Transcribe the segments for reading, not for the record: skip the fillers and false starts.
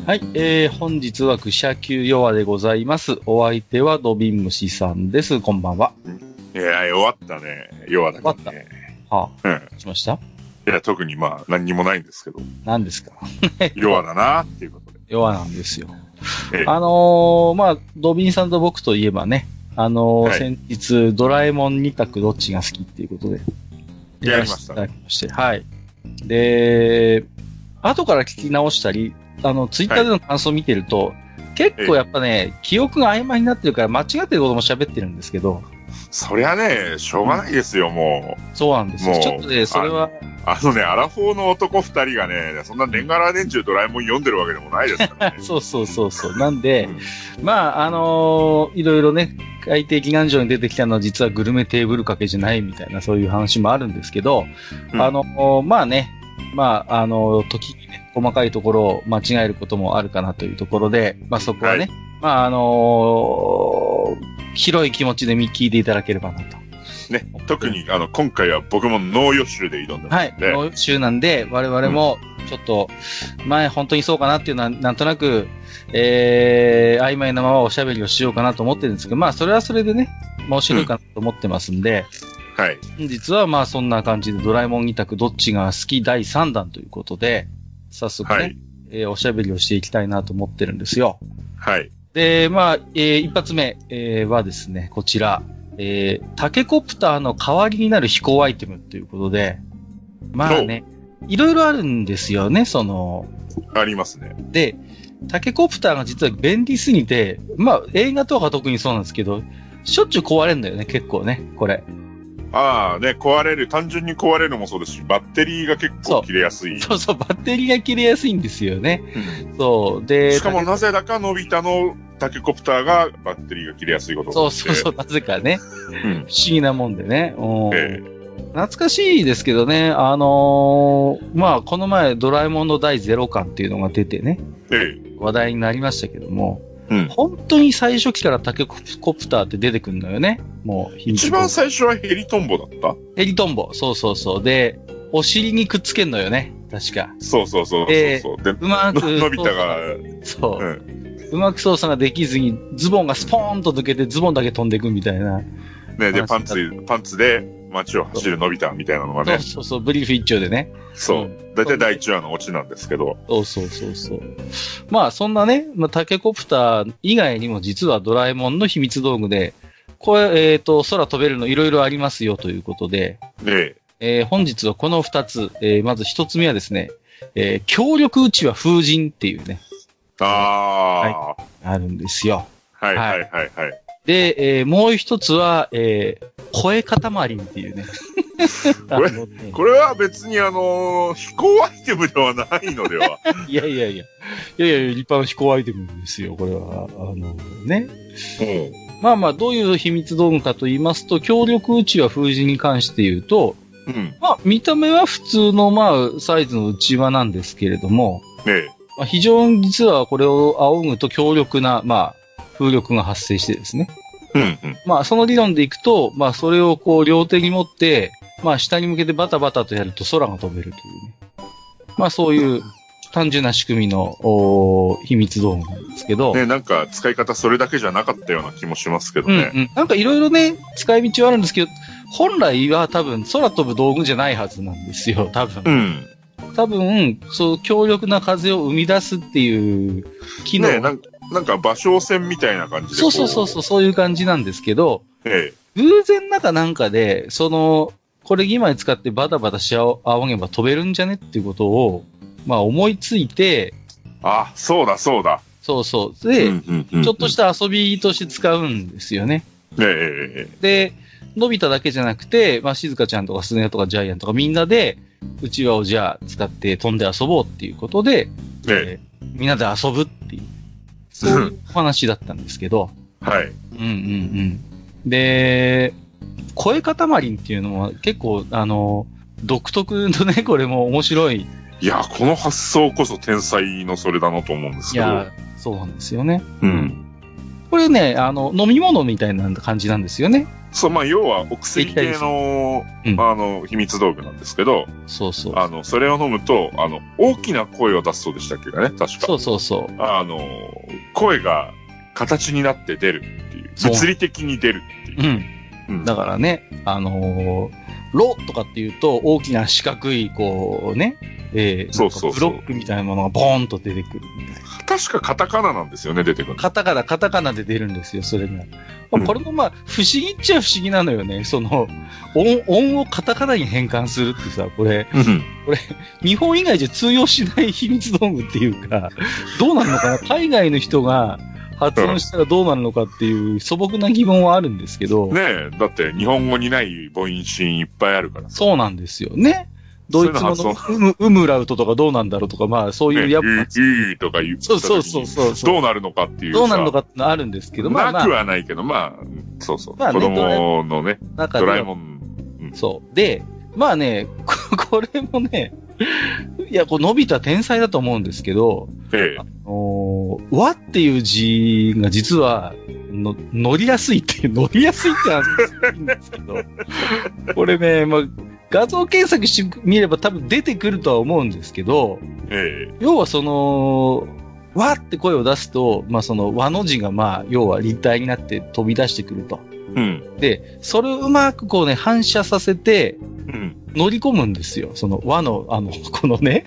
はい、本日は愚者級弱でございます。お相手はドビンムシさんです。こんばんは。 いや、弱ったね。弱だからね。 はあ、しました？ いや、特にまあ、何にもないんですけど。 何ですか？ 弱だなっていうことで。 弱なんですよ。まあ、ドビンさんと僕といえばね、はい、先日、ドラえもん2択どっちが好きっていうことで。 やりました。 いただきまして。はい。で、後から聞き直したり、ツイッターでの感想を見てると、結構やっぱね、記憶が曖昧になってるから間違ってることも喋ってるんですけど。 そりゃね、しょうがないですよ、もう。そうなんですよ。ちょっとね、それは。 アラフォーの男二人がね、そんな年がら年中ドラえもん読んでるわけでもないですからね。 そう。なんで、まあ、いろいろね、海底祈願場に出てきたのは実はグルメテーブル掛けじゃないみたいなそういう話もあるんですけど、まあね、時にね、細かいところを間違えることもあるかなというところで、まあそこはね、はい、まあ広い気持ちで聞いていただければなと。 ね、特に今回は僕もノー予習で挑んでますので。 はい、ノー予習なんで、我々もちょっと、前本当にそうかなっていうのはなんとなく、曖昧なままおしゃべりをしようかなと思ってるんですけど、まあそれはそれでね、面白いかなと思ってますんで、 はい。 本日はまあそんな感じでドラえもん2択どっちが好き第3弾ということで、早速ね、はい、おしゃべりをしていきたいなと思ってるんですよ。 はい。 で、まあ、一発目、はですね、こちら、タケコプターの代わりになる飛行アイテムということで、まあね、いろいろあるんですよね、 ありますね。 で、タケコプターが実は便利すぎて、まあ映画とか特にそうなんですけど、しょっちゅう壊れるんだよね、結構ね、これ。 ああ、ね、単純に壊れるのもそうですし、バッテリーが結構切れやすい。 そう、バッテリーが切れやすいんですよね。うん、そう。で、 しかもなぜだかのび太のタケコプターがバッテリーが切れやすいことそう、なぜかね。不思議なもんでね。懐かしいですけどね、まあ、この前ドラえもんの第0巻っていうのが出てね、話題になりましたけども、本当に最初期からタケコプターって出てくるのよね。もう一番最初はヘリトンボだった？ ヘリトンボ、そう。で、お尻にくっつけんのよね、確か。 そう。 で、うまくのび太が、 そう。うまく操作ができずに、ズボンがスポーンと抜けて、ズボンだけ飛んでいくみたいな。 ね、で、パンツで街を走るのび太みたいなのがね。 そう、ブリーフ一丁でね。 そう。だいたい第1話のオチなんですけど。 そう。まあ、そんなね、タケコプター以外にも実はドラえもんの秘密道具で、これ、空飛べるのいろいろありますよということで、本日はこの2つ、まず1つ目はですね、強力うちわ風神っていうね。 はい、 あるんですよ。 はい。 で、もう一つは、声塊っていうね。 これは別に飛行アイテムではないのでは。 いや、立派な飛行アイテムですよ、これは。ね。まあ、どういう秘密道具かと言いますと、強力うちわ風神に関して言うと、まあ、見た目は普通の、サイズのうちわなんですけれども、非常に実はこれを仰ぐと強力な、風力が発生してですね。その理論でいくと、それを両手に持って、下に向けてバタバタとやると空が飛べるというね。そういう単純な仕組みの秘密道具なんですけど。 ね、なんか使い方それだけじゃなかったような気もしますけどね。 なんかいろいろね、使い道はあるんですけど、本来は多分空飛ぶ道具じゃないはずなんですよ、多分。多分、そう、強力な風を生み出すっていう機能。 ね、なんか芭蕉船みたいな感じで。 そういう感じなんですけど、偶然なんかで、これ2枚使ってバタバタし仰げば飛べるんじゃねっていうことを、思いついて。 あ、そうだ。そう。 で、ちょっとした遊びとして使うんですよね。で、のび太だけじゃなくて、静香ちゃんとかスネ夫とかジャイアンとかみんなで、うちわをじゃあ使って飛んで遊ぼうっていうことで、みんなで遊ぶっていう、そういうお話だったんですけど、で、声塊っていうのは結構、独特のね、これも面白い。 いや、この発想こそ天才のそれだなと思うんですけど。いや、 そうなんですよね。 これね、飲み物みたいな感じなんですよね。 そう、まあ、要は、お薬系の、秘密道具なんですけど、 そうそう。 それを飲むと、大きな声を出すそうでしたっけかね、確か。 そうそうそう。 声が形になって出るっていう。物理的に出るっていう。 うん。だからね、ロとかっていうと、大きな四角い、こうね、そうそうそう。ブロックみたいなものがボーンと出てくるみたいな。 確かカタカナなんですよね、出てくる。 カタカナで出るんですよ、それが。これもまあ、不思議っちゃ不思議なのよね。音をカタカナに変換するってさ、これ、日本以外じゃ通用しない秘密道具っていうか、どうなるのかな、海外の人が発音したらどうなるのかっていう素朴な疑問はあるんですけど。 ねえ、だって日本語にない母音子いっぱいあるからさ。 そうなんですよね。ドイツ語のウムラウトとかどうなんだろうとか、まあそういうやっぱ。 とか言う。 そう。 どうなるのかっていう。 どうなるのかってのあるんですけど、 まあ。なくはないけど、まあ、そう。まあね、子供のね、ドラえもん。 そう。で、まあね、これもね、いや、のび太天才だと思うんですけど、和っていう字が実は、乗りやすいって話なんですけど、これね、まあ、画像検索してみれば多分出てくるとは思うんですけど、要は和って声を出すと、まあ和の字がまあ、要は立体になって飛び出してくると。で、それをうまくこうね、反射させて、乗り込むんですよ。和の、このね、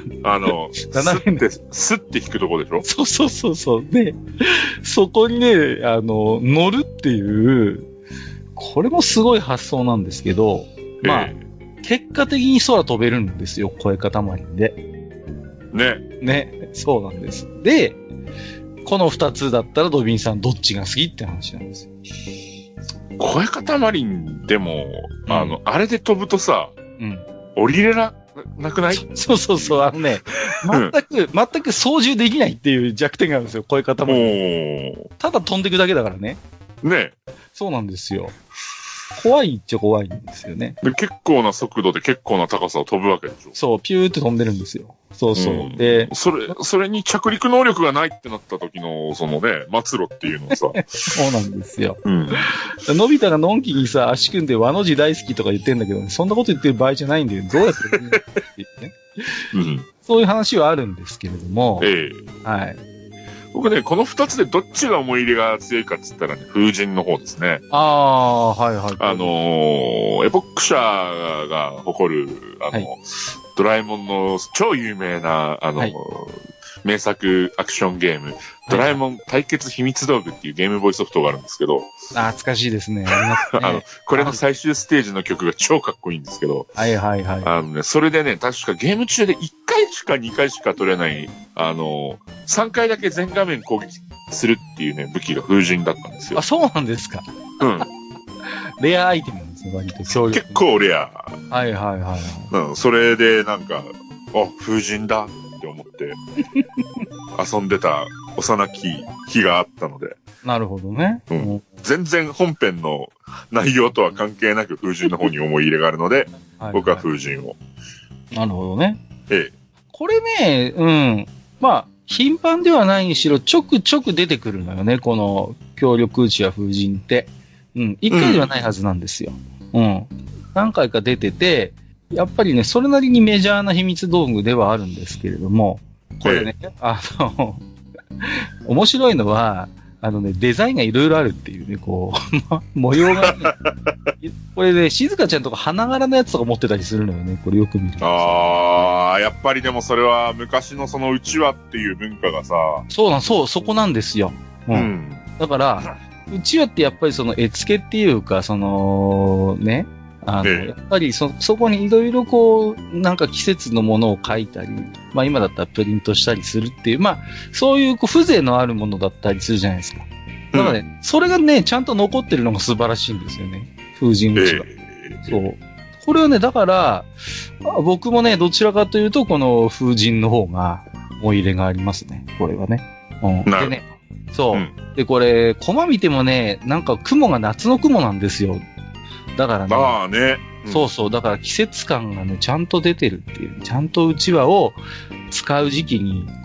スッて引くとこでしょ？ そう。で、そこにね、乗るっていう、これもすごい発想なんですけど、まあ、結果的に空飛べるんですよ、声塊で。ね、そうなんです。で、この二つだったらドビンさんどっちが好きって話なんですよ。 声塊でも、あれで飛ぶとさ、降りれなくない？ そう。全く操縦できないっていう弱点があるんですよ、声塊。ただ飛んでいくだけだからね。そうなんですよ。怖いっちゃ怖いんですよね。 で、結構な速度で結構な高さを飛ぶわけでしょ。 そう、ピューって飛んでるんですよ。そう。で、 それに着陸能力がないってなった時の、末路っていうのはさ。 そうなんですよ。のび太がのんきにさ、足組んで和の字大好きとか言ってんだけどね、そんなこと言ってる場合じゃないんだよ。どうやってやるんだって言ってね。そういう話はあるんですけれども、はい。 僕ね、この二つでどっちが思い入れが強いかって言ったらね、風神の方ですね。 はい。 エポック社が誇る、ドラえもんの超有名な、名作アクションゲーム、ドラえもん対決秘密道具っていうゲームボーイソフトがあるんですけど。 懐かしいですね。 これの最終ステージの曲が超かっこいいんですけど。それでね、確かゲーム中で1回しか2回しか取れない、3回だけ全画面攻撃するっていうね、武器が風神だったんですよ。 そうなんですか。レアアイテムなんですね、割と強力。 結構レア。それでなんか、風神だって思って、遊んでた幼き日があったので。 なるほどね。 全然本編の内容とは関係なく風神の方に思い入れがあるので、僕は風神を。 なるほどね。これね、まあ、頻繁ではないにしろ、ちょくちょく出てくるのよね、この協力打ちや風神って。一回ではないはずなんですよ。何回か出てて、やっぱりね、それなりにメジャーな秘密道具ではあるんですけれども、これね、面白いのは、デザインがいろいろあるっていうね、こう、模様が、ね、これね、静香ちゃんとか花柄のやつとか持ってたりするのよね、これよく見ると。 やっぱりでもそれは昔のそのうちわっていう文化がさ。 そこなんですよ。だから、うちわってやっぱりその絵付けっていうか、ね、やっぱりそこにいろいろこう、なんか季節のものを描いたり、まあ今だったらプリントしたりするっていう、まあそういうこう風情のあるものだったりするじゃないですか。だからね、それがね、ちゃんと残ってるのが素晴らしいんですよね。風神うちわ。そう。これはね、だから、僕もね、どちらかというと、この風神の方が思い入れがありますね。これはね。でね、そう。で、これ、コマ見てもね、なんか雲が夏の雲なんですよ。だからね。そう。だから季節感がね、ちゃんと出てるっていう。ちゃんとうちわを使う時期に、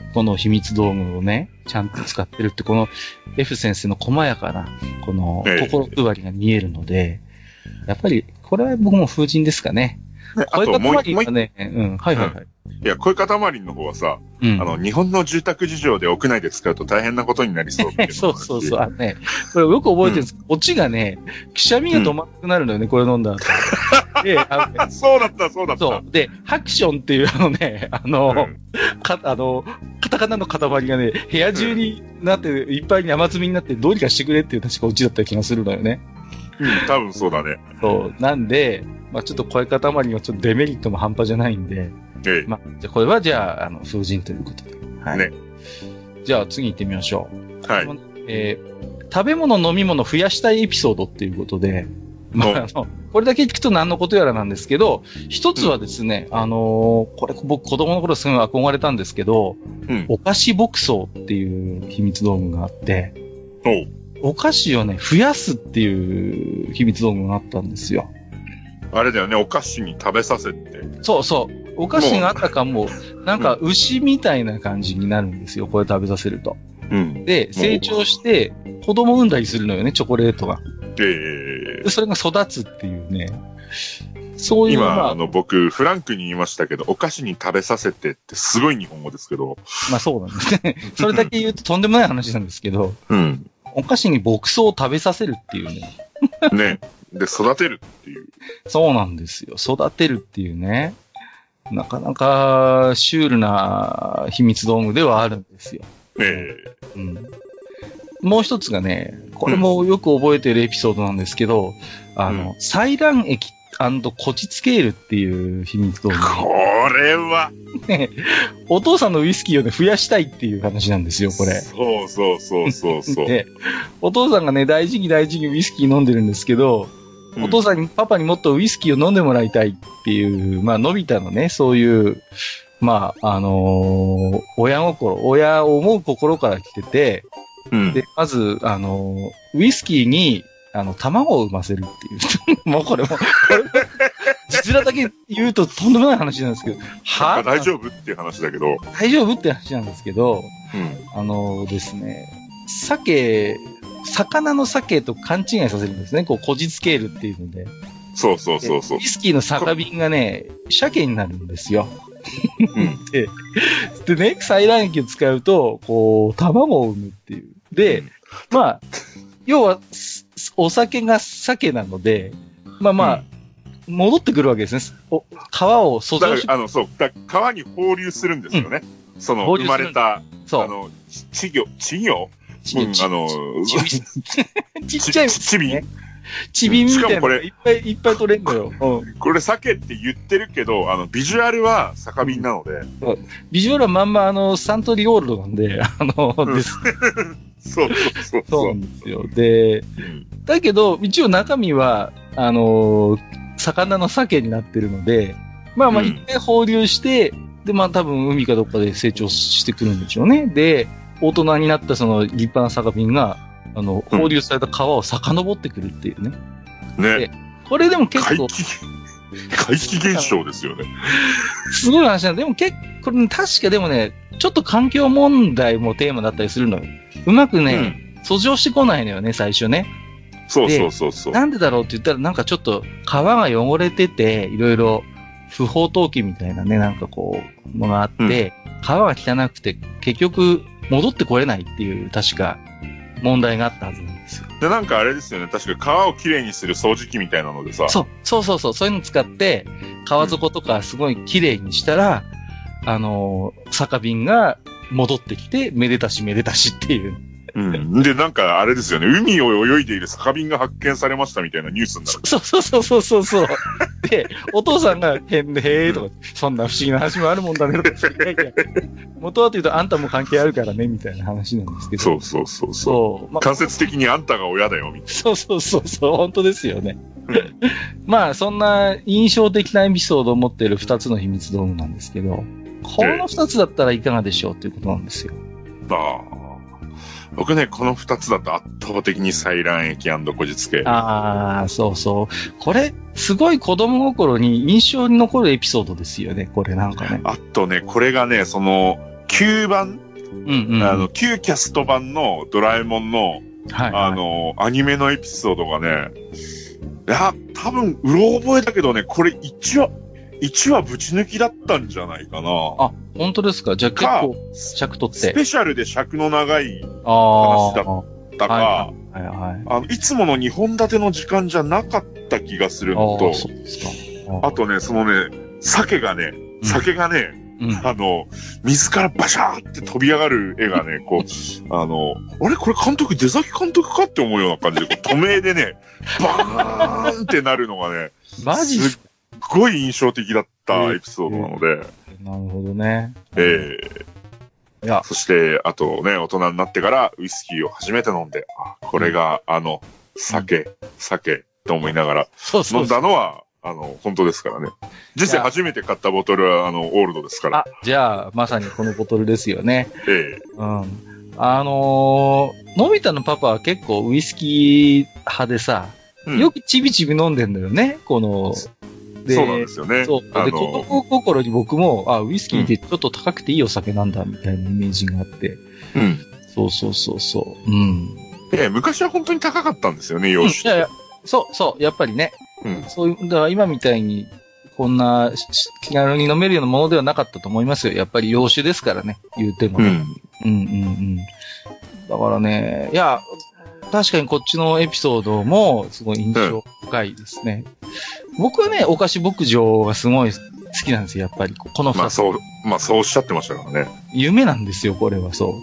この秘密道具をね、ちゃんと使ってるって、この F 先生の細やかな、この心配りが見えるので、やっぱり、これは僕も風神ですかね。 あともう一個ね、 はいはいはい。 いや、声塊の方はさ、日本の住宅事情で屋内で使うと大変なことになりそうっていう。 そう。これよく覚えてるんです。オチがね、くしゃみが止まらなくなるのよね、これ飲んだ後。 そうだった。 そう。で、ハクションっていうカタカナの塊がね、部屋中になって、いっぱいに山積みになってどうにかしてくれっていう確かオチだった気がするのよね。 多分そうだね。 そう。なんで、ちょっと声塊のちょっとデメリットも半端じゃないんで、じゃあこれは風神ということで。はい。ね。じゃあ次行ってみましょう。はい。食べ物飲み物増やしたいエピソードっていうことで、これだけ聞くと何のことやらなんですけど、一つはですね、これ僕子供の頃すごい憧れたんですけど、お菓子牧草っていう秘密道具があって、お菓子をね、増やすっていう秘密道具があったんですよ。 あれだよね、お菓子に食べさせて。 そう。お菓子があったかも、なんか牛みたいな感じになるんですよ、これ食べさせると。で、成長して子供産んだりするのよね、チョコレートが。で、それが育つっていうね。そういう。 今、僕、フランクに言いましたけど、お菓子に食べさせてってすごい日本語ですけど。 そうなんですね。それだけ言うととんでもない話なんですけど。お菓子に牧草を食べさせるっていうね。 ね。で、育てるっていう。 そうなんですよ。育てるっていうね。なかなかシュールな秘密道具ではあるんですよ。もう一つがね、これもよく覚えてるエピソードなんですけど、採卵液こじつけるっていう秘密道具。 これはね、お父さんのウイスキーをね、増やしたいっていう話なんですよ、これ。 そう。 で、お父さんがね、大事にウイスキー飲んでるんですけど、お父さんに、パパにもっとウイスキーを飲んでもらいたいっていう、のび太のね、そういう、親を思う心から来てて、で、まず、ウイスキーに、卵を産ませるっていう。もうこれ実らだけ言うととんでもない話なんですけど。 大丈夫っていう話だけど。 大丈夫って話なんですけど、ですね、魚の鮭と勘違いさせるんですね。こじつけるっていうので。 そう。 ウイスキーの酒瓶がね、鮭になるんですよ。でね、採卵液を使うと、卵を産むっていう。で、要は、お酒が鮭なので、戻ってくるわけですね。皮を遡上して川に放流するんですよね。生まれた、稚魚ちっちゃいチビンチビンみたいなのいっぱい取れんのよ。 これ鮭って言ってるけど、ビジュアルは酒瓶なので。 ビジュアルはまんまサントリーオールドなんで、です。そうなんですよ。で、だけど、一応中身は、魚の鮭になってるので、一回放流して、で、多分海かどっかで成長してくるんでしょうね。で、大人になったその立派な酒瓶が、放流された川を遡ってくるっていうね。 ね。 これでも結構。 怪奇現象ですよね。 すごい話なんで、でもこれ、確かでもね、ちょっと環境問題もテーマだったりするのよ。うまくね、遡上してこないのよね、最初ね。 そう。 なんでだろうって言ったら、なんかちょっと川が汚れてて、いろいろ不法投棄みたいなね、のがあって、川が汚くて、結局戻ってこれないっていう、確か、問題があったはずなんですよ。 で、なんかあれですよね。確か川をきれいにする掃除機みたいなのでさ。 そういうの使って、川底とかすごいきれいにしたら、酒瓶が戻ってきて、めでたしっていう。 で、なんかあれですよね。海を泳いでいる酒瓶が発見されましたみたいなニュースになる。 そう。で、お父さんが変で、へーとか、そんな不思議な話もあるもんだねとか。元はというとあんたも関係あるからね、みたいな話なんですけど。 そう。間接的にあんたが親だよ、みたいな。 そう、本当ですよね。そんな印象的なエピソードを持っている2つの秘密道具なんですけど、この2つだったらいかがでしょうということなんですよ。 僕ね、この2つだと圧倒的に採卵液こじつけ。 そう。これ、すごい子供心に印象に残るエピソードですよね、これなんかね。 あとね、これがね、 旧版、旧キャスト版のドラえもんの、アニメのエピソードがね、いや、多分、うろ覚えだけどね、これ1話ぶち抜きだったんじゃないかな。 あ、本当ですか？じゃあ結構、尺取って。 スペシャルで尺の長い話だったか、いつもの2本立ての時間じゃなかった気がするのと、あとね、鮭がね、水からバシャーって飛び上がる絵がね、こう、あれこれ出崎監督かって思うような感じで、透明でね、バーンってなるのがね、 マジすっごい印象的だったエピソードなので。 なるほどね。 いや。そして、あとね、大人になってからウイスキーを初めて飲んで、これが酒と思いながら飲んだのは、本当ですからね。実際初めて買ったボトルは、オールドですから。 じゃあ、まさにこのボトルですよね。のび太のパパは結構ウイスキー派でさ、よくちびちび飲んでんだよね、 そうなんですよね。 そう。で、子供心に僕も、ウイスキーってちょっと高くていいお酒なんだ、みたいなイメージがあって。そう。 昔は本当に高かったんですよね、洋酒って。 そう、やっぱりね。そういう、だから今みたいに、こんな気軽に飲めるようなものではなかったと思いますよ。やっぱり洋酒ですからね、言うてもね。だからね、いや、確かにこっちのエピソードもすごい印象深いですね。僕はね、お菓子牧場がすごい好きなんですよ、やっぱり。この2つ。 そうおっしゃってましたからね。 夢なんですよ、これはそう。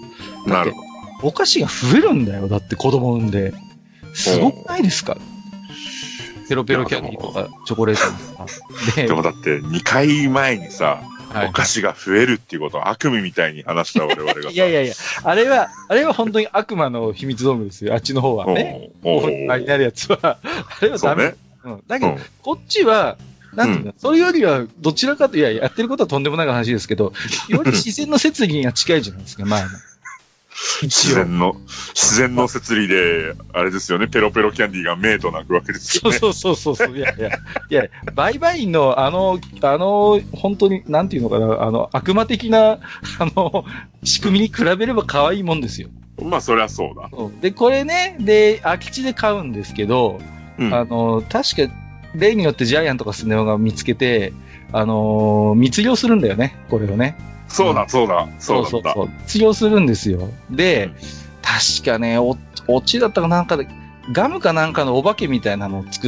なるほど。お菓子が増えるんだよ、だって子供産んで。すごくないですか？ペロペロキャンディーとかチョコレートとか。 でもだって2回前にさ、お菓子が増えるっていうことを悪夢みたいに話した我々が。 いや。あれは本当に悪魔の秘密道具ですよ。あっちの方はね。あになるやつは。あれはダメ。だけど、こっちは、なんていうの、それよりは、どちらかと、やってることはとんでもない話ですけど、より自然の摂理が近いじゃないですか、前の。 自然の摂理で、あれですよね、ペロペロキャンディーが命と泣くわけですよね。 そう。いや、売買員の本当に、なんていうのかな、悪魔的な、仕組みに比べれば可愛いもんですよ。 まあ、そりゃそうだ。 で、これね、で、空き地で買うんですけど、確か、例によってジャイアンとかスネ夫が見つけて、密漁するんだよね、これをね。 そうだ。 密漁するんですよ。で、確かね、オチだったかなんかで、ガムかなんかのお化けみたいなのを作って、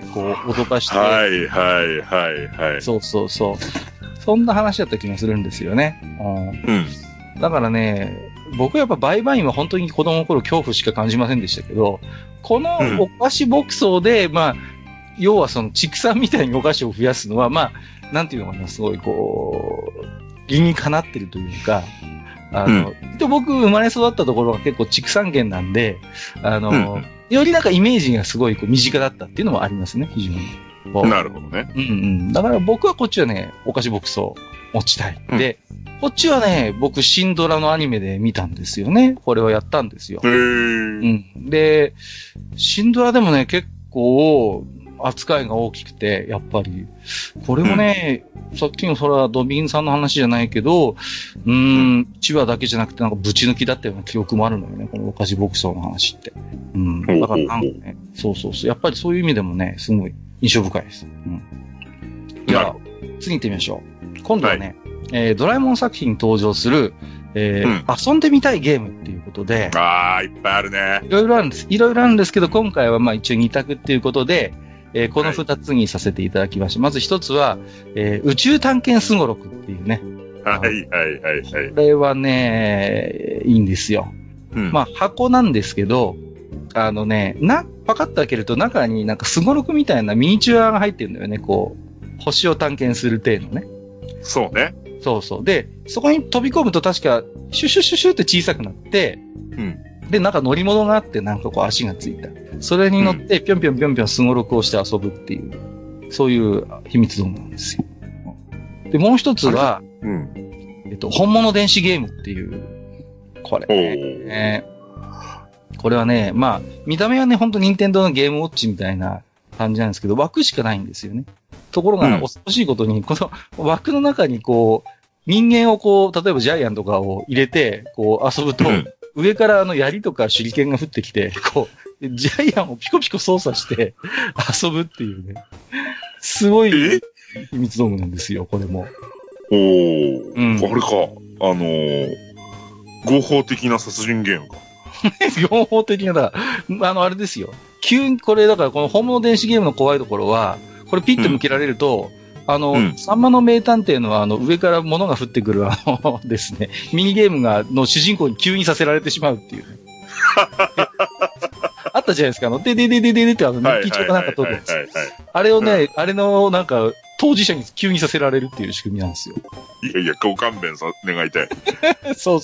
こう、脅かして。 はい。 そう。そんな話だった気がするんですよね。だからね、僕はやっぱ売買員は本当に子供の頃恐怖しか感じませんでしたけど、このお菓子牧草で、要はその畜産みたいにお菓子を増やすのは、なんていうのかな、すごいこう、理にかなってるというか、僕生まれ育ったところが結構畜産圏なんで、よりなんかイメージがすごいこう身近だったっていうのもありますね、非常に。 なるほどね。 だから僕はこっちはね、お菓子牧草持ちたい。で、こっちはね、僕シンドラのアニメで見たんですよね。これはやったんですよ。で、シンドラでもね、結構、扱いが大きくて、やっぱり。これもね、さっきのそれはドビンさんの話じゃないけど、1話だけじゃなくてなんかぶち抜きだったような記憶もあるのよね、このお菓子牧草の話って。だからなんかね、そう。やっぱりそういう意味でもね、すごい印象深いです。いや、次行ってみましょう。今度はね、ドラえもん作品に登場する、遊んでみたいゲームっていうことで。 いっぱいあるね。 いろいろあるんですけど、今回は一応2択っていうことで、この2つにさせていただきました。まず1つは、宇宙探検すごろくっていうね。 はい。 これはね、いいんですよ。箱なんですけど、パカッと開けると中になんかすごろくみたいなミニチュアが入ってるんだよね。こう、星を探検する程度ね。 そうね。 そう。で、そこに飛び込むと確か、シュシュシュシュって小さくなって、で、なんか乗り物があって、なんかこう足がついた。それに乗って、ぴょんぴょんすごろくをして遊ぶっていう、そういう秘密道具なんですよ。で、もう一つは、本物電子ゲームっていう、これ。これはね、見た目はね、ほんと任天堂のゲームウォッチみたいな感じなんですけど、枠しかないんですよね。ところが、恐ろしいことに、この枠の中にこう、 人間をこう、例えばジャイアンとかを入れて、こう遊ぶと、上から槍とか手裏剣が降ってきて、こう、ジャイアンをピコピコ操作して遊ぶっていうね。すごい秘密道具なんですよ、これも。 おー。あれか。合法的な殺人ゲームか。 合法的なだ。あれですよ。急にこれ、だからこの本物電子ゲームの怖いところは、これピッと向けられると、さんまの名探偵の上から物が降ってくるですね、ミニゲームの主人公に急にさせられてしまうっていうね。あったじゃないですか、でって日記帳かなんか撮るんですよ。あれをね、あれのなんか、当事者に急にさせられるっていう仕組みなんですよ。 いやいや、ご勘弁願いたい。 そう。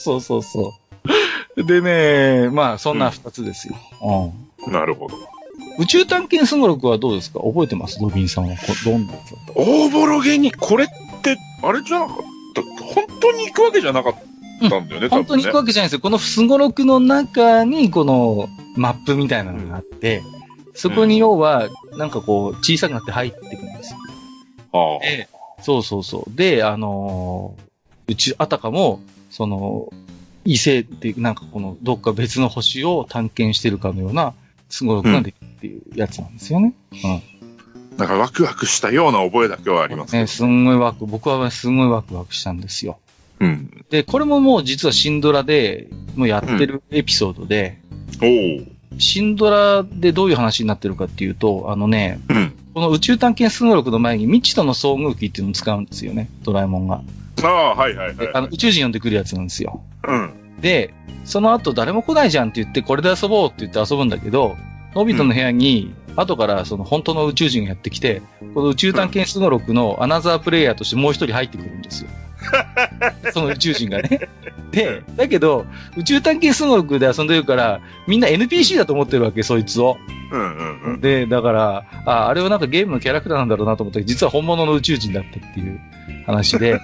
でね、まあ、そんな二つですよ。 なるほど。 宇宙探検すごろくはどうですか？覚えてます？ドビンさんはどんなやつだった？ 大ボロゲにこれって、あれじゃなかった？本当に行くわけじゃなかったんだよね、多分ね。 本当に行くわけじゃないですよ。このすごろくの中に、このマップみたいなのがあって、そこに要は、なんかこう、小さくなって入ってくるんですよ。で、そう。で、あたかも、異性っていう、なんかこの、どっか別の星を探検してるかのような、すごろくができるっていうやつなんですよね。 なんかワクワクしたような覚えだけはありますね。 僕はすんごいワクワクしたんですよ。 で、 これももう実はシンドラで、もうやってるエピソードで、シンドラでどういう話になってるかっていうと、この宇宙探検すごろくの前に未知との遭遇機っていうのを使うんですよね、ドラえもんが。宇宙人呼んでくるやつなんですよ。で、その後誰も来ないじゃんって言って、これで遊ぼうって言って遊ぶんだけど、のび太の部屋に、後からその本当の宇宙人がやってきて、この宇宙探検すごろくのアナザープレイヤーとしてもう一人入ってくるんですよ。その宇宙人がね。で、だけど、宇宙探検すごろくで遊んでるから、みんな NPC だと思ってるわけ、そいつを。で、だから、あれはなんかゲームのキャラクターなんだろうなと思ったけど、実は本物の宇宙人だったっていう話で。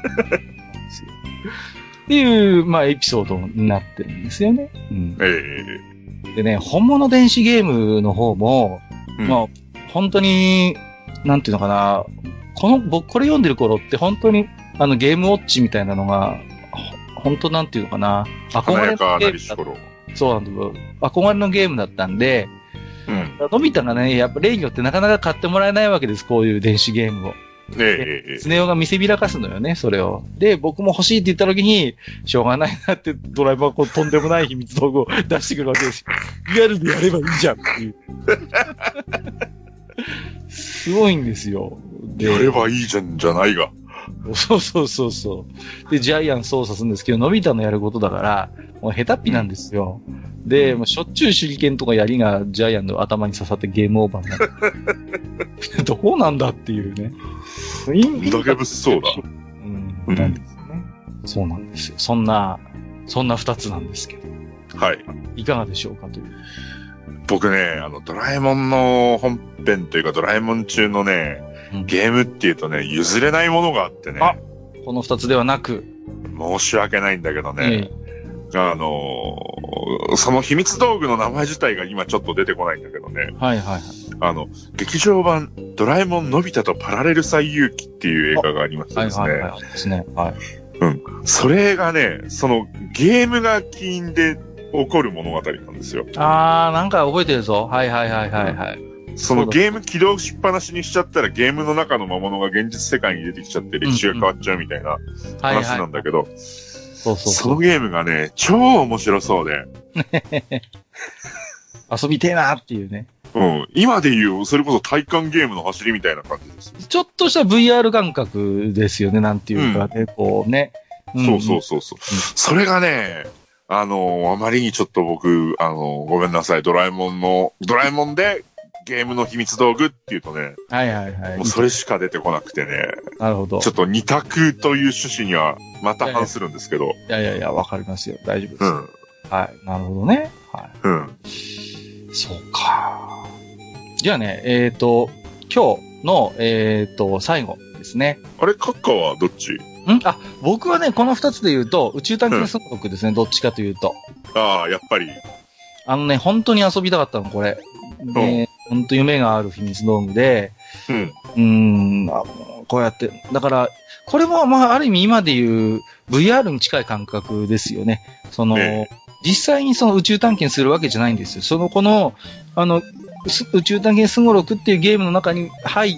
っていう、まあ、エピソードになってるんですよね。でね、本物電子ゲームの方も、まあ、本当に、なんていうのかな、僕これ読んでる頃って本当に、ゲームウォッチみたいなのが、本当なんていうのかな、憧れのゲームだった。そうなんだよ。憧れのゲームだったんで、のび太がね、やっぱ例によってなかなか買ってもらえないわけです、こういう電子ゲームを。スネ夫が見せびらかすのよね、それを。で、僕も欲しいって言った時に、しょうがないなってドラえもんはこうとんでもない秘密道具を出してくるわけですよ。リアルでやればいいじゃんっていう。すごいんですよ。 やればいいじゃんじゃないが。 そう。で、ジャイアン操作するんですけど、のび太のやることだから、もう下手っぴなんですよ。で、もうしょっちゅう手裏剣とか槍がジャイアンの頭に刺さってゲームオーバーになる。どうなんだっていうね。 だけ物騒だ。 なんですね。そうなんですよ。そんな二つなんですけど。 はい。 いかがでしょうかという。 僕ね、ドラえもんの本編というかドラえもん中のね、ゲームっていうとね、譲れないものがあってね。 この二つではなく。 申し訳ないんだけどね。その秘密道具の名前自体が今ちょっと出てこないんだけどね。劇場版ドラえもんのび太とパラレル最遊記っていう映画がありましてですね。 ですね。 それがね、そのゲームが起因で起こる物語なんですよ。 なんか覚えてるぞ。 そのゲーム起動しっぱなしにしちゃったらゲームの中の魔物が現実世界に出てきちゃって歴史が変わっちゃうみたいな話なんだけど、そのゲームがね、超面白そうで。 遊びてえなっていうね。 今で言う、それこそ体感ゲームの走りみたいな感じです。 ちょっとした VR 感覚ですよね、なんていうかね、こうね。 そう。それがね、あまりにちょっと僕、ごめんなさい、ドラえもんで、ゲームの秘密道具っていうとね、もうそれしか出てこなくてね。 なるほど。 ちょっと二択という趣旨にはまた反するんですけど。 いや、わかりますよ。大丈夫です。なるほどね。そうか。じゃあね、今日の、最後ですね。 あれ、閣下はどっち？ 僕はね、この二つで言うと、宇宙探検総国ですね、どっちかというと。 やっぱり。 本当に遊びたかったの、これ。本当夢がある秘密道具で、 こうやって。だから、これも、まあ、ある意味今で言う VR に近い感覚ですよね。実際にその宇宙探検するわけじゃないんですよ。この、宇宙探検すごろくっていうゲームの中に入って、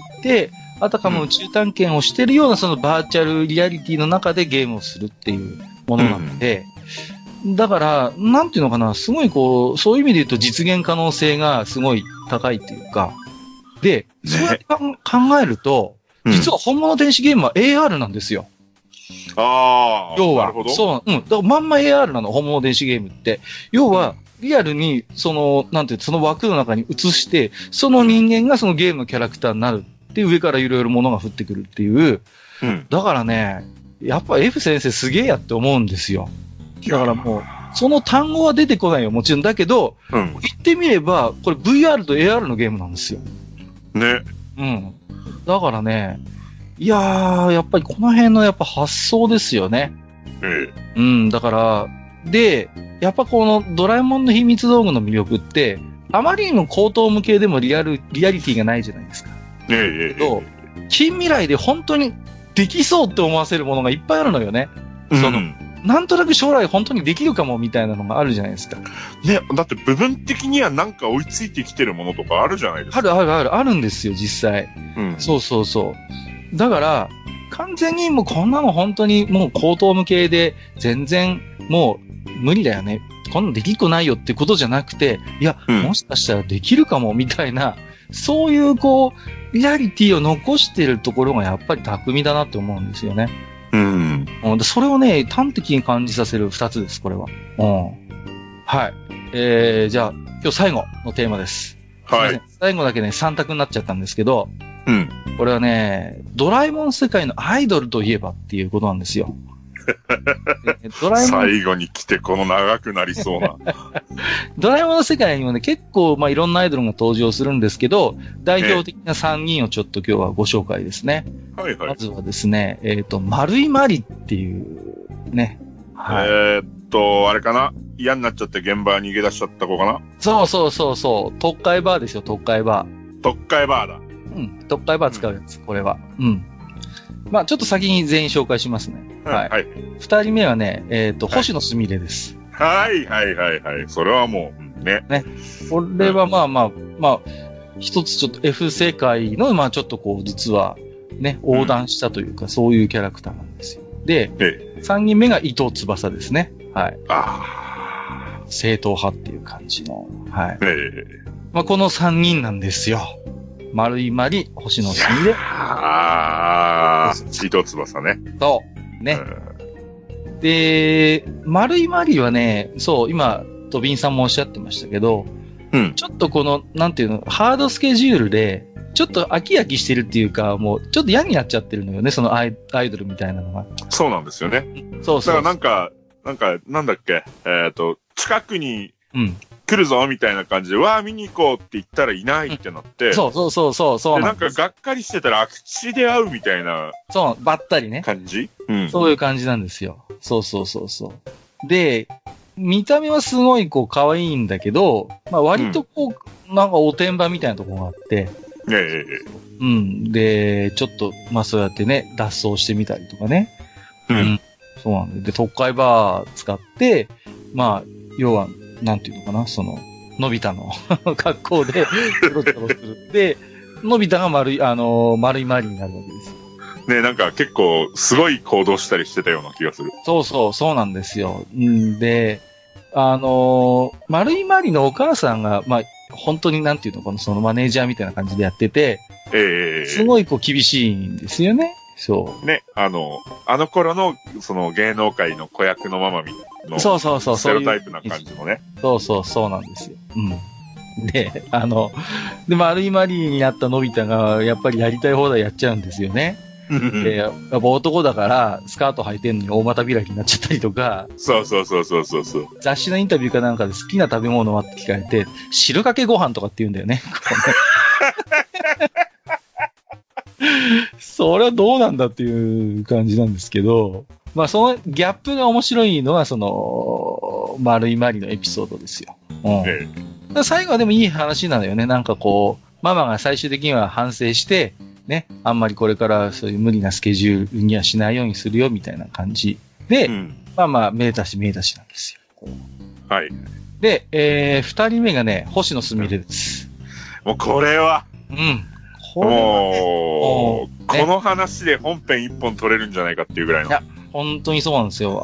あたかも宇宙探検をしてるようなそのバーチャルリアリティの中でゲームをするっていうものなので、だから、なんていうのかな、すごいこう、そういう意味で言うと実現可能性がすごい高いっていうか、で、そうやって考えると、実は本物電子ゲームは AR なんですよ。 ああ。 要は、そう、だからまんま AR なの、本物電子ゲームって。要は、リアルに、なんていう、その枠の中に映して、その人間がそのゲームのキャラクターになるって、上からいろいろ物が降ってくるっていう。だからね、やっぱ F 先生すげえやって思うんですよ。だからもう、その単語は出てこないよ、もちろん。だけど、言ってみれば、これ VR と AR のゲームなんですよ。 ね。 だからね、いやー、やっぱりこの辺のやっぱ発想ですよね。だから、で、やっぱこのドラえもんの秘密道具の魅力って、あまりにも高等無形でもリアリティがないじゃないですか。近未来で本当にできそうって思わせるものがいっぱいあるのよね。なんとなく将来本当にできるかもみたいなのがあるじゃないですか。 ね、だって部分的にはなんか追いついてきてるものとかあるじゃないですか。 あるんですよ、実際。そう。だから、完全にもうこんなの本当にもう高等無形で全然もう無理だよね。こんなのできっこないよってことじゃなくて、いや、もしかしたらできるかもみたいな、そういうこう、リアリティを残してるところがやっぱり巧みだなって思うんですよね。それをね、端的に感じさせる二つです、これは。はい。じゃあ、今日最後のテーマです。はい。最後だけね、3択になっちゃったんですけど、これはね、ドラえもん世界のアイドルといえばっていうことなんですよ。 ドラえもん最後に来てこの長くなりそうな。 ドラえもんの世界にもね、結構、いろんなアイドルが登場するんですけど、代表的な3人をちょっと今日はご紹介ですね。まずはですね、丸井まりっていうね。 あれかな、嫌になっちゃって現場に逃げ出しちゃった子かな。 そう。特会バーですよ、特会バー。 特会バーだ。 特会バー使うやつ、これは。ちょっと先に全員紹介しますね。二人目はね、星野すみれです。 はい。それはもう、ね。 これは一つちょっと F 世界の、ちょっとこう、実は、ね、横断したというか、そういうキャラクターなんですよ。で、三人目が伊藤翼ですね。正統派っていう感じの。この三人なんですよ。丸井まり、星野すみれ。 伊藤翼ね。 そう。ね。で、丸井まりはね、そう、今、ドビンさんもおっしゃってましたけど、ちょっとこの、なんていうの、ハードスケジュールで、ちょっと飽き飽きしてるっていうか、もう、ちょっと嫌になっちゃってるのよね、そのアイドルみたいなのが。 そうなんですよね。だからなんだっけ、近くに、来るぞみたいな感じで、見に行こうって言ったらいないってなって。 そうなんかがっかりしてたら空き地で会うみたいな。 そう、ばったりね。 感じ？ そういう感じなんですよ。そう。で、見た目はすごいこう可愛いんだけど、割とこう、なんかおてんばみたいなところがあって、で、ちょっと、そうやってね、脱走してみたりとかね。そうなんで、特会バー使って、要は、なんていうのかな、のび太の格好で、ちょろちょろする。で、のび太が丸いまりになるわけですよ。 ね、なんか結構、すごい行動したりしてたような気がする。 そうなんですよ。で、丸いまりのお母さんが、本当になんていうのかな、そのマネージャーみたいな感じでやってて、すごいこう厳しいんですよね。そう。 ね、あの頃の、その芸能界の子役のママの、 そう。 ステロタイプな感じのね。 そうなんですよ。で、丸いまりになったのび太が、やっぱりやりたい放題やっちゃうんですよね。で、やっぱ男だから、スカート履いてんのに大股開きになっちゃったりとか。 そう。 雑誌のインタビューかなんかで好きな食べ物はって聞かれて、汁かけご飯とかって言うんだよね。それはどうなんだっていう感じなんですけど、そのギャップが面白いのは、丸いまりのエピソードですよ。最後はでもいい話なのよね。なんかこう、ママが最終的には反省して、 ね、あんまりこれからそういう無理なスケジュールにはしないようにするよ、みたいな感じで、まあまあ、めでたしなんですよ。 はい。 で、二人目がね、星野すみれです。 もうこれは、 もう、この話で本編一本取れるんじゃないかっていうぐらいの。 いや、本当にそうなんですよ。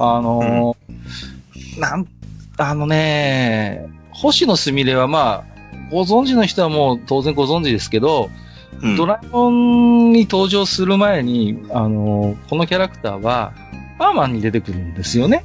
星野すみれはまあ、ご存知の人はもう当然ご存知ですけど、ドラえもんに登場する前に、このキャラクターは、パーマンに出てくるんですよね。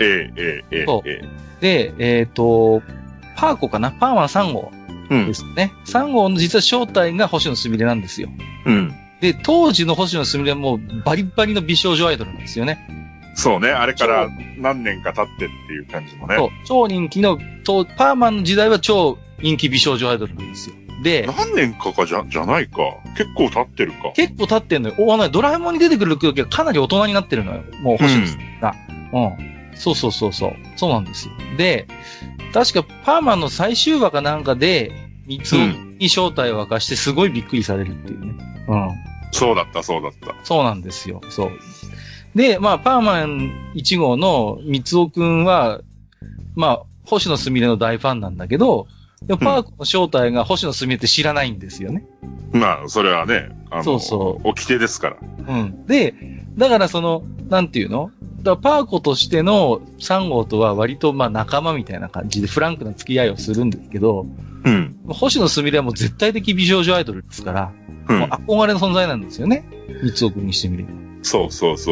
で、パーコかなパーマン3号ですね。3号の実は正体が星野すみれなんですよ。で、当時の星野すみれはもうバリバリの美少女アイドルなんですよね。 そうね。あれから何年か経ってっていう感じもね。 そう。超人気の、パーマンの時代は超人気美少女アイドルなんですよ。で、 何年かじゃないか。結構経ってるか。 結構経ってんのよ。ドラえもんに出てくる時はかなり大人になってるのよ。もう星野すみれが。そうそうなんですよ。で、確かパーマンの最終話かなんかで、三つに正体を明かしてすごいびっくりされるっていうね。 そうだった。そうなんですよ。そう。で、まあ、パーマン1号の三つおくんは、まあ、星野すみれの大ファンなんだけど、でもパーコの正体が星野すみれって知らないんですよね。 まあ、それはね、掟ですから。 で、だからなんていうの？だからパーコとしての3号とは割とまあ仲間みたいな感じでフランクな付き合いをするんですけど、星野すみれはもう絶対的美少女アイドルですから、もう憧れの存在なんですよね。三つおくんにしてみれば。 そう。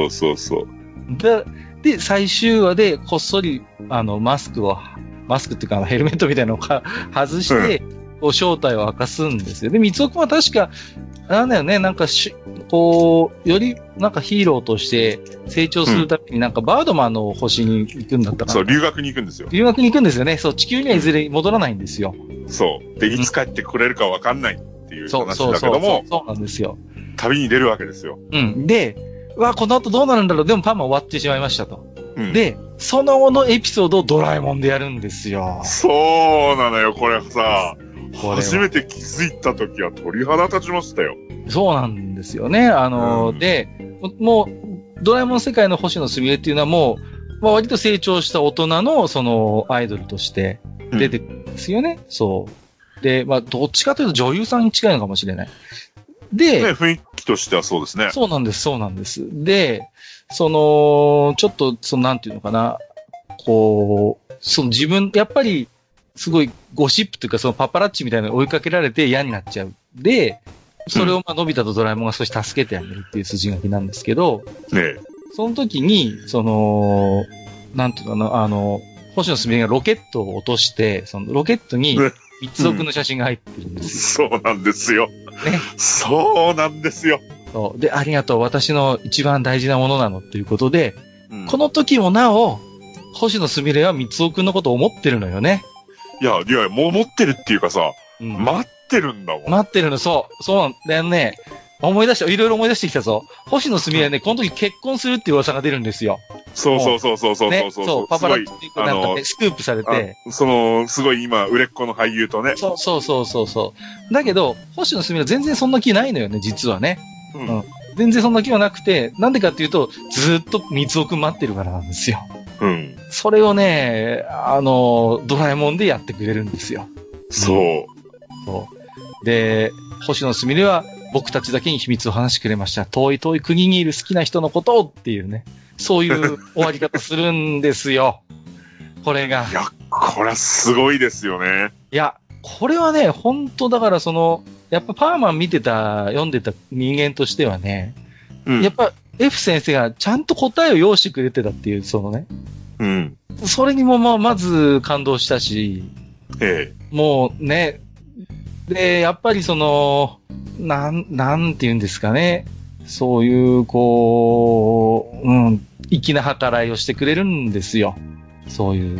で、最終話でこっそり、マスクっていうかヘルメットみたいなのを外して、正体を明かすんですよ。で、三つおくんは確か、なんだよね、なんかよりなんかヒーローとして成長するためになんかバードマンの星に行くんだったかな。 そう、留学に行くんですよ。 留学に行くんですよね。そう、地球にはいずれ戻らないんですよ。 そう。で、いつ帰ってくれるかわかんないっていう話だけども、 そうなんですよ。 旅に出るわけですよ。 で、この後どうなるんだろう。でもパーマン終わってしまいましたと。で、その後のエピソードをドラえもんでやるんですよ。 そうなのよ、これさ。初めて気づいた時は鳥肌立ちましたよ。 そうなんですよね。で、もう、ドラえもん世界の星野すみれっていうのはもう、割と成長した大人のアイドルとして出てくるんですよね。そう。で、どっちかというと女優さんに近いのかもしれない。で、 雰囲気としてはそうですね。 そうなんです。で、ちょっと、なんていうのかな、自分、やっぱり、すごいゴシップというか、パパラッチみたいなの追いかけられて嫌になっちゃう。で、それをのび太とドラえもんが少し助けてあげるっていう筋書きなんですけど、その時に、なんていうかな、星野すみれがロケットを落として、ロケットに、三つおくんの写真が入ってるんですよ。そうなんですよ。ね。そうなんですよ。 そう。で、ありがとう。私の一番大事なものなのっていうことで、この時もなお、星野すみれは三つおくんのことを思ってるのよね。 いや、もう思ってるっていうかさ、待ってるんだもん。 待ってるの、そうなんだよね。いろいろ思い出してきたぞ。星野すみれはね、この時結婚するっていう噂が出るんですよ。 そう。 ね、そう、パパラッチってなんかね、スクープされて。 すごい今、売れっ子の俳優とね。 そう。だけど、星野すみれは全然そんな気ないのよね、実はね。全然そんな気はなくて、なんでかっていうと、ずーっと三つおくん待ってるからなんですよ。それをね、ドラえもんでやってくれるんですよ。 そう。 で、星野すみれは僕たちだけに秘密を話してくれました。遠い国にいる好きな人のことをっていうね。そういう終わり方するんですよ。これが。 いや、これはすごいですよね。 いや、これはね、本当だからやっぱパーマン読んでた人間としてはね、やっぱ F 先生がちゃんと答えを用意してくれてたっていう、それにもまず感動したし、もうね、で、やっぱりなんて言うんですかね、そういう、粋な計らいをしてくれるんですよ。そういう。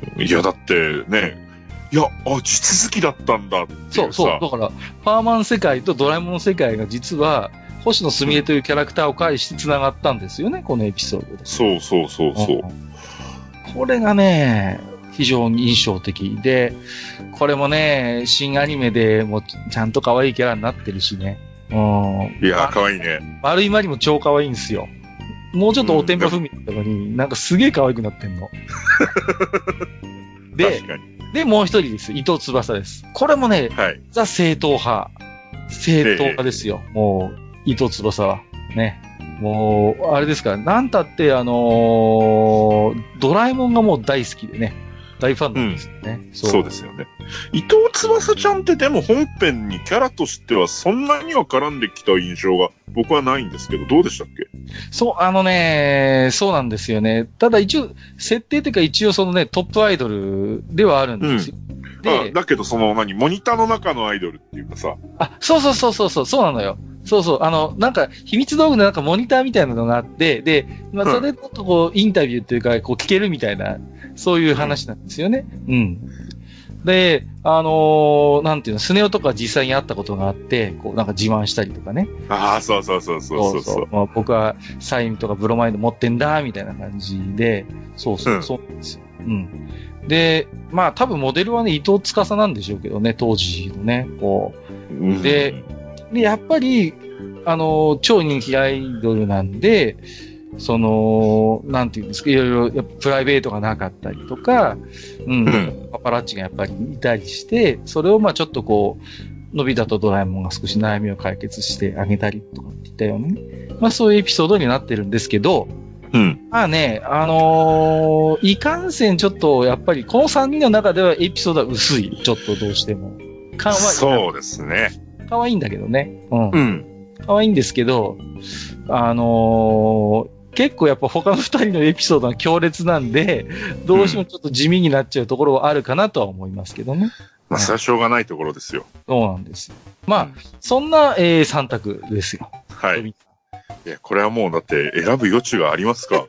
いや、だってね、地続きだったんだっていうさ。 そう。だから、パーマン世界とドラえもん世界が実は、星野すみれというキャラクターを介して繋がったんですよね、このエピソードで。 そう。 これがね、非常に印象的で、これもね、新アニメでもちゃんと可愛いキャラになってるしね。 いやー、かわいいね。 丸いマリも超かわいいんですよ。もうちょっとおてんば風味だったのに、なんかすげえ可愛くなってんの。で、 確かに。 で、もう一人です。伊藤翼です。これもね、 はい、 ザ正統派。正統派ですよ。もう、伊藤翼は。ね。もう、あれですから、なんたって、ドラえもんがもう大好きでね。大ファンなんですよね。 そうですよね。伊藤翼ちゃんってでも本編にキャラとしてはそんなには絡んできた印象が僕はないんですけど、どうでしたっけ？ そう、そうなんですよね。ただ一応、設定というか一応そのね、トップアイドルではあるんですよ。 で、だけどそのモニターの中のアイドルっていうかさ。 そうなのよ。そう。なんか、秘密道具のなんかモニターみたいなのがあって、で、まあ、それとこう、インタビューっていうか、こう、聞けるみたいな、そういう話なんですよね。うん。で、なんていうの、スネ夫とか実際に会ったことがあって、こう、なんか自慢したりとかね。 そう。 まあ、僕はサインとかブロマイド持ってんだ、みたいな感じで、そうなんですよ。うん。で、まあ、多分モデルはね、伊藤司なんでしょうけどね、当時のね、こう。で、やっぱり、超人気アイドルなんで、なんていうんですか、いろいろ、プライベートがなかったりとか、パパラッチがやっぱりいたりして、それをまあちょっとこう、のび太とドラえもんが少し悩みを解決してあげたりとかっていったようなね、まあそういうエピソードになってるんですけど、まあね、いかんせんちょっと、やっぱりこの3人の中ではエピソードは薄い、ちょっとどうしても。 そうですね。 可愛いんだけどね。可愛いんですけど、結構やっぱ他の2人のエピソードが強烈なんで、どうしてもちょっと地味になっちゃうところはあるかなとは思いますけどね。 まあ、それはしょうがないところですよ。 そうなんです。まあ、そんな、3択ですよ。 はい。いや、これはもうだって選ぶ余地がありますか？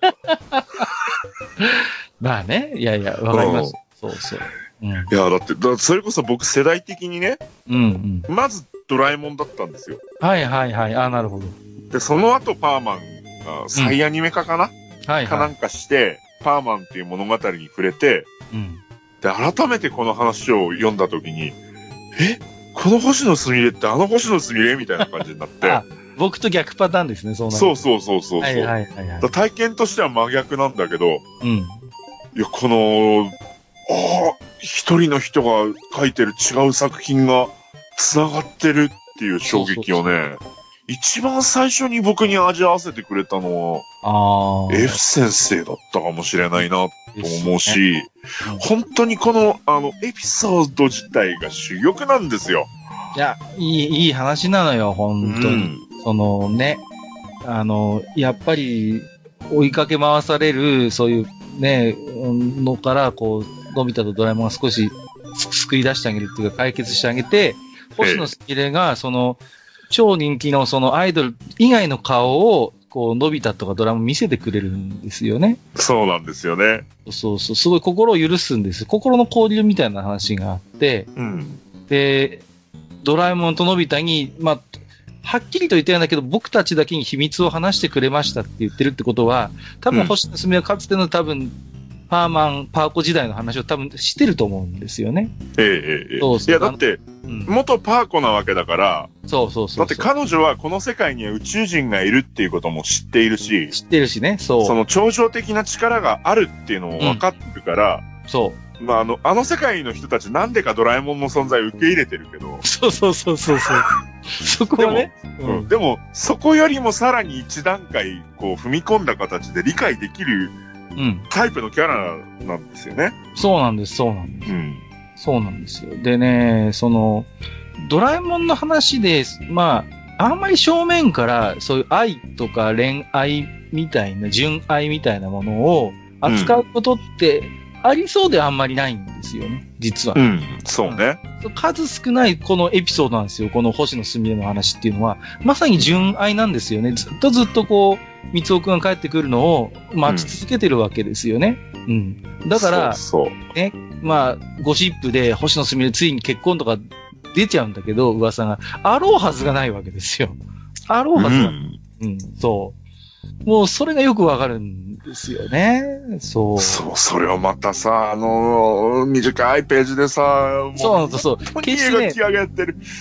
まあね、いや、わかります。そう。 いや、だって、それこそ僕世代的にね、まずドラえもんだったんですよ。 はい。なるほど。 で、その後パーマンが再アニメ化かな、かなんかして、パーマンっていう物語に触れて、で、改めてこの話を読んだ時に、この星野すみれってあの星野すみれみたいな感じになって。 僕と逆パターンですね、そう。 体験としては真逆なんだけど、いや、この、一人の人が書いてる違う作品が繋がってるっていう衝撃をね、一番最初に僕に味合わせてくれたのは、F 先生だったかもしれないなと思うし、本当にこの、エピソード自体が珠玉なんですよ。 いや、いい話なのよ、本当に。そのね、やっぱり、追いかけ回される、そういうね、のから、こう、のび太とドラえもんが少し救い出してあげるっていうか解決してあげて、星野すみれが、その、超人気のそのアイドル以外の顔を、こう、のび太とかドラえもん見せてくれるんですよね。 そうなんですよね。 そう、すごい心を許すんです。心の交流みたいな話があって、で、ドラえもんとのび太に、まあ、はっきりと言ってないんだけど、僕たちだけに秘密を話してくれましたって言ってるってことは、多分星野すみれはかつての多分、パーコ時代の話を多分知ってると思うんですよね。 いや、だって、元パーコなわけだから、 そう。 だって彼女はこの世界には宇宙人がいるっていうことも知っているし、 ね、そう。 その超常的な力があるっていうのも分かってるから、 そう。 まあ、あの世界の人たちなんでかドラえもんの存在を受け入れてるけど。 そう。そこはね。 でも、そこよりもさらに一段階、こう、踏み込んだ形で理解できる、タイプのキャラなんですよね。 そうなんです。そうなんですよ。でね、その、ドラえもんの話で、まあ、あんまり正面から、そういう愛とか恋愛みたいな、純愛みたいなものを扱うことって、ありそうであんまりないんですよね、実は。 そうね。 数少ないこのエピソードなんですよ、この星野すみれの話っていうのは。まさに純愛なんですよね。ずっとこう、三尾くんが帰ってくるのを待ち続けてるわけですよね。だから、ね、まあ、ゴシップで星野すみれついに結婚とか出ちゃうんだけど、噂が。あろうはずがないわけですよ。あろうはずがない。そう。もうそれがよくわかるんですよね。そう。 それをまたさ、短いページでさ、 そう。 決してね。描き上げてる。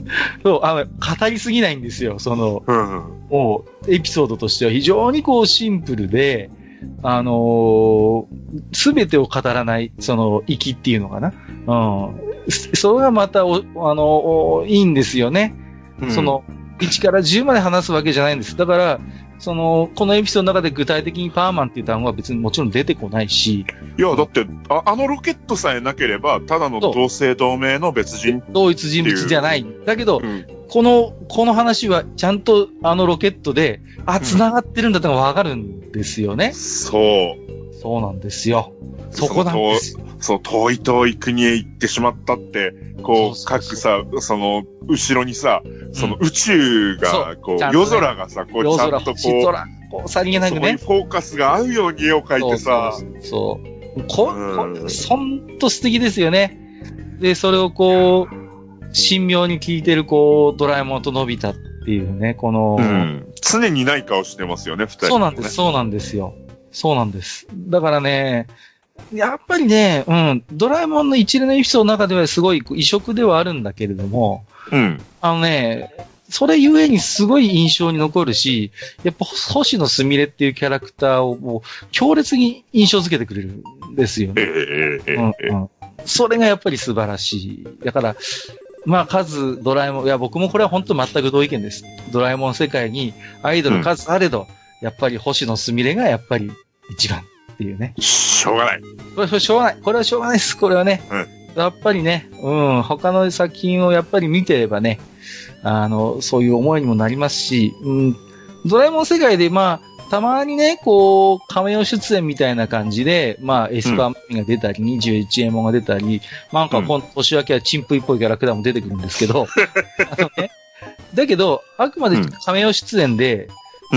そう、語りすぎないんですよ、もう、エピソードとしては非常にこうシンプルで、すべてを語らない、粋っていうのかな。それがまたいいんですよね。1から10まで話すわけじゃないんです。だから、このエピソードの中で具体的にパーマンっていう単語は別にもちろん出てこないし。 いや、だって、あのロケットさえなければ、ただの同姓同名の別人。 同一人物じゃない。だけど、この話はちゃんとロケットで、繋がってるんだってのがわかるんですよね。そうなんですよ。そこなんです。 遠い国へ行ってしまったって、各さ、後ろにさ、宇宙が、夜空がさ、ちゃんとさりげなくね。 フォーカスが合うように絵を描いてさ。 ほんと素敵ですよね。で、それを神妙に聞いてるドラえもんとのび太っていうね、 常にない顔してますよね、二人、ね。 そうなんですよ。そうなんです。だからね、やっぱりね、ドラえもんの一連のエピソードの中ではすごい異色ではあるんだけれども、それゆえにすごい印象に残るし、やっぱ星野すみれっていうキャラクターをもう強烈に印象づけてくれるんですよね。それがやっぱり素晴らしい。だから、ドラえもん、いや僕もこれは本当全く同意見です。ドラえもん世界にアイドル数あれど、やっぱり星野すみれがやっぱり一番っていうね。 しょうがない。 これはしょうがないです。これはね。やっぱりね、他の作品をやっぱり見てればね、そういう思いにもなりますし、ドラえもん世界でたまにね、カメオ出演みたいな感じで、エスパーマミが出たり、21エモンが出たり、今年明けはチンプイっぽいキャラクターも出てくるんですけど、だけど、あくまでカメオ出演で、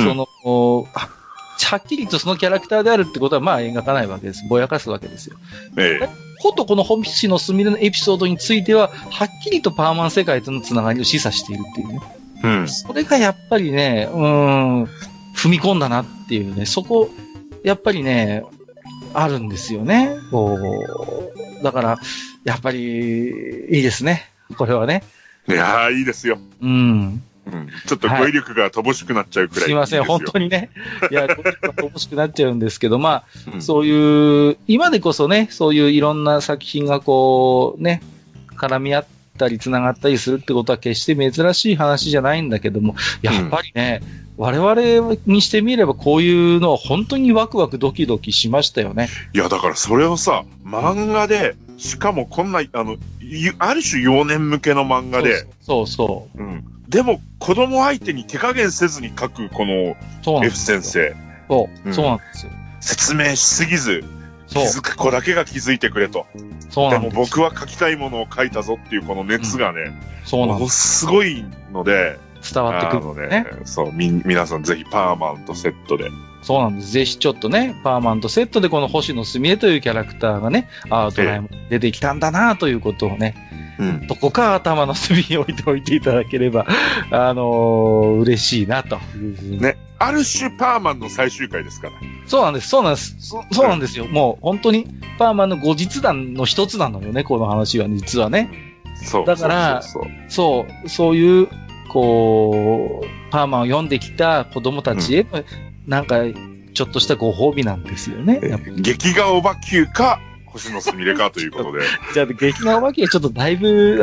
はっきりとそのキャラクターであるってことは描かないわけです。ぼやかすわけですよ。ことこの星野すみれのエピソードについては、はっきりとパーマン世界とのつながりを示唆しているっていうね。それがやっぱりね、踏み込んだなっていうね、そこ、やっぱりね、あるんですよね。だから、やっぱり、いいですね。これはね。 いやー、いいですよ。ちょっと語彙力が乏しくなっちゃうくらい、 すいません、本当にね。いや、語彙力が乏しくなっちゃうんですけど、そういう、今でこそね、そういういろんな作品が絡み合ったり繋がったりするってことは決して珍しい話じゃないんだけども、やっぱりね、我々にしてみればこういうのは本当にワクワクドキドキしましたよね。 いや、だからそれをさ、漫画で、しかもこんな、ある種幼年向けの漫画で。 そう。 でも、子供相手に手加減せずに書く、この、F 先生。 そうなんですよ。 説明しすぎず、気づく子だけが気づいてくれと。でも僕は書きたいものを書いたぞっていうこの熱がね、ものすごいので、 伝わってくるね。 皆さんぜひパーマンとセットで。 そうなんです。ぜひちょっとね、パーマンとセットでこの星野すみれというキャラクターがね、ドラえもん出てきたんだなということをね、どこか頭の隅に置いておいていただければ、嬉しいなというふうに。 ね。ある種パーマンの最終回ですから。 そうなんです。そうなんですよ。もう本当にパーマンの後日談の一つなのよね、この話は、実はね。だから、そういう、パーマンを読んできた子供たちへの、なんか、ちょっとしたご褒美なんですよね。 劇画おばきゅうか、星野すみれかということで。 じゃあ、劇画おばきゅうはちょっとだいぶ、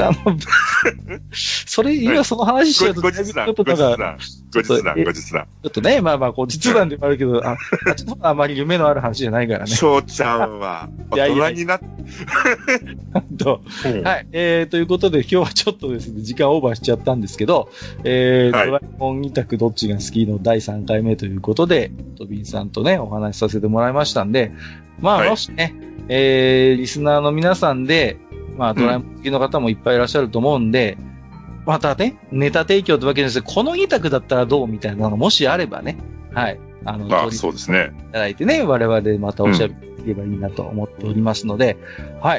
今その話しちゃうと、 後日談。ちょっとね、後日談でもあるけど、あまり夢のある話じゃないからね。 翔ちゃんは、大人になって。 はい。ということで、今日はちょっとですね、時間オーバーしちゃったんですけど、ドラえもん2択どっちが好きの第3回目ということで、トビンさんとね、お話しさせてもらいましたんで、もしね、リスナーの皆さんで、ドラえもん好きの方もいっぱいいらっしゃると思うんで、またね、ネタ提供というわけですけど、この2択だったらどうみたいなのもしあればね、はい。 そうですね。 いただいてね、我々でまたおしゃべりできればいいなと思っておりますので、はい。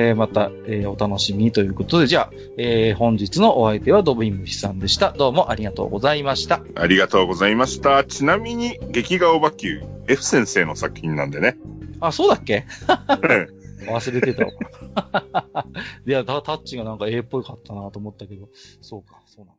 また、お楽しみにということで、じゃあ、本日のお相手はドブイムシさんでした。どうもありがとうございました。 ありがとうございました。ちなみに、劇画おばきゅう、F 先生の作品なんでね。 あ、そうだっけ忘れてたわ。いや、タッチがなんか A っぽかったなと思ったけど、そうか、そうなん